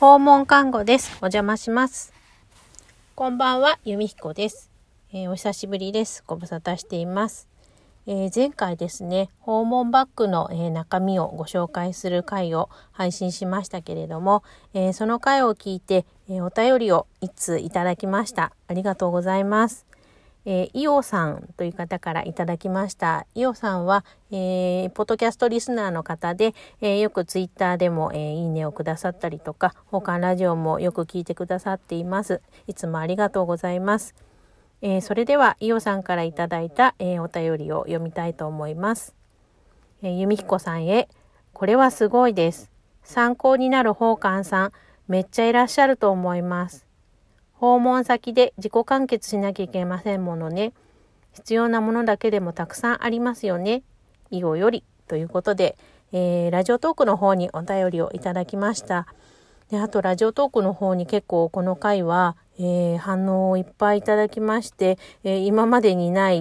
訪問看護です。お邪魔します。こんばんは、由美彦です。お久しぶりです。ご無沙汰しています。前回ですね、訪問バッグの、中身をご紹介する回を配信しましたけれども、その回を聞いて、お便りを1通いただきました。ありがとうございます。イオさんという方からいただきました。イオさんは、ポッドキャストリスナーの方で、よくツイッターでも、いいねをくださったりとか、他ラジオもよく聞いてくださっています。いつもありがとうございます。それではイオさんからいただいた、お便りを読みたいと思います。由美彦さんへ、これはすごいです。参考になる訪韓さん、めっちゃいらっしゃると思います。訪問先で自己完結しなきゃいけませんものね。必要なものだけでもたくさんありますよね。以後よりということで、ラジオトークの方にお便りをいただきました。で、あとラジオトークの方に結構この回は、反応をいっぱいいただきまして、今までにない、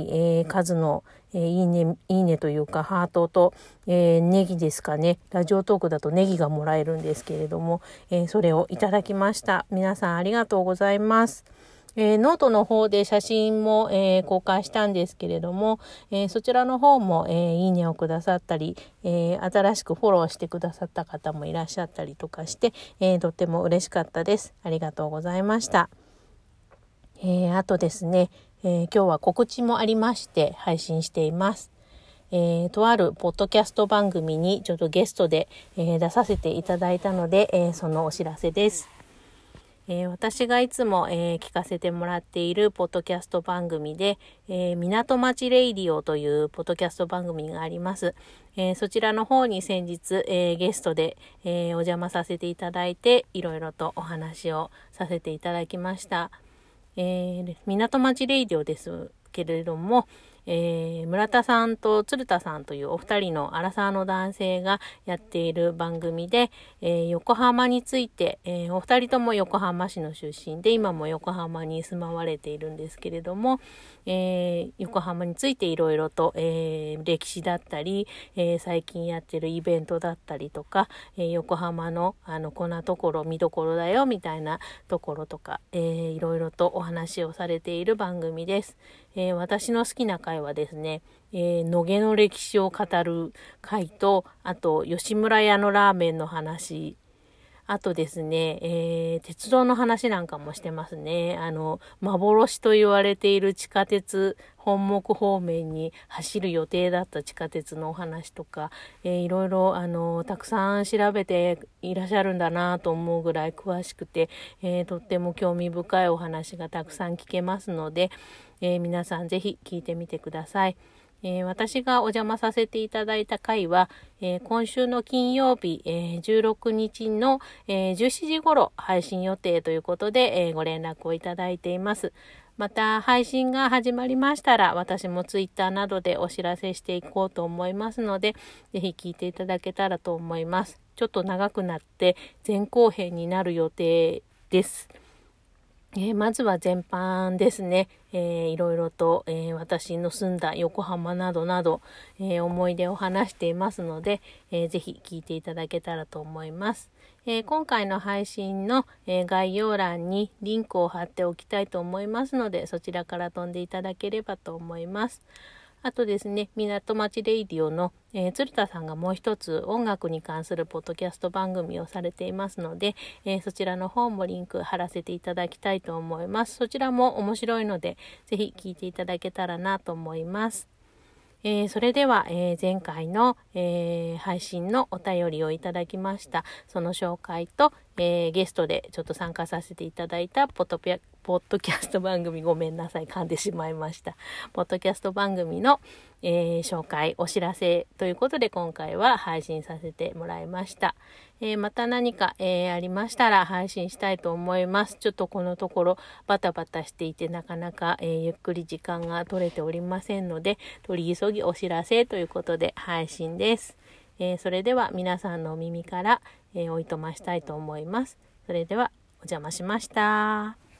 数の、いいねというかハートと、ネギですかね。ラジオトークだとネギがもらえるんですけれども、それをいただきました。皆さんありがとうございます。ノートの方で写真も、公開したんですけれども、そちらの方も、いいねをくださったり、新しくフォローしてくださった方もいらっしゃったりとかして、とっても嬉しかったです。ありがとうございました。あとですね、今日は告知もありまして配信しています。とあるポッドキャスト番組にちょっとゲストで、出させていただいたので、そのお知らせです。私がいつも、聞かせてもらっているポッドキャスト番組で、港町レイディオというポッドキャスト番組があります。そちらの方に先日、ゲストで、お邪魔させていただいて、いろいろとお話をさせていただきました。港町レイディオですけれども、村田さんと鶴田さんというお二人のアラサーの男性がやっている番組で、横浜について、お二人とも横浜市の出身で今も横浜に住まわれているんですけれども、横浜についていろいろと、歴史だったり、最近やってるイベントだったりとか、横浜のこんなところ見どころだよみたいなところとか、いろいろとお話をされている番組です。私の好きな回はですね、野毛の歴史を語る回と、あと吉村屋のラーメンの話、あとですね、鉄道の話なんかもしてますね。幻と言われている地下鉄本木方面に走る予定だった地下鉄のお話とか、いろいろたくさん調べていらっしゃるんだなと思うぐらい詳しくて、とっても興味深いお話がたくさん聞けますので、皆さんぜひ聞いてみてください。私がお邪魔させていただいた回は、今週の金曜日、16日の、17時頃配信予定ということで、ご連絡をいただいています。また配信が始まりましたら私もツイッターなどでお知らせしていこうと思いますので、ぜひ聞いていただけたらと思います。ちょっと長くなって前後編になる予定です。まずは全般ですね、いろいろと、私の住んだ横浜などなど、思い出を話していますので、ぜひ聞いていただけたらと思います。今回の配信の、概要欄にリンクを貼っておきたいと思いますので、そちらから飛んでいただければと思います。あとですね、港町レイディオの、鶴田さんがもう一つ音楽に関するポッドキャスト番組をされていますので、そちらの方もリンク貼らせていただきたいと思います。そちらも面白いので、ぜひ聞いていただけたらなと思います。それでは、前回の、配信のお便りをいただきました。その紹介と、ゲストでちょっと参加させていただいたポッドキャスト番組、ごめんなさい、噛んでしまいました。ポッドキャスト番組の、紹介、お知らせということで今回は配信させてもらいました。また何か、ありましたら配信したいと思います。ちょっとこのところバタバタしていてなかなか、ゆっくり時間が取れておりませんので、取り急ぎお知らせということで配信です。それでは皆さんのお耳から、おいとましたいと思います。それではお邪魔しました。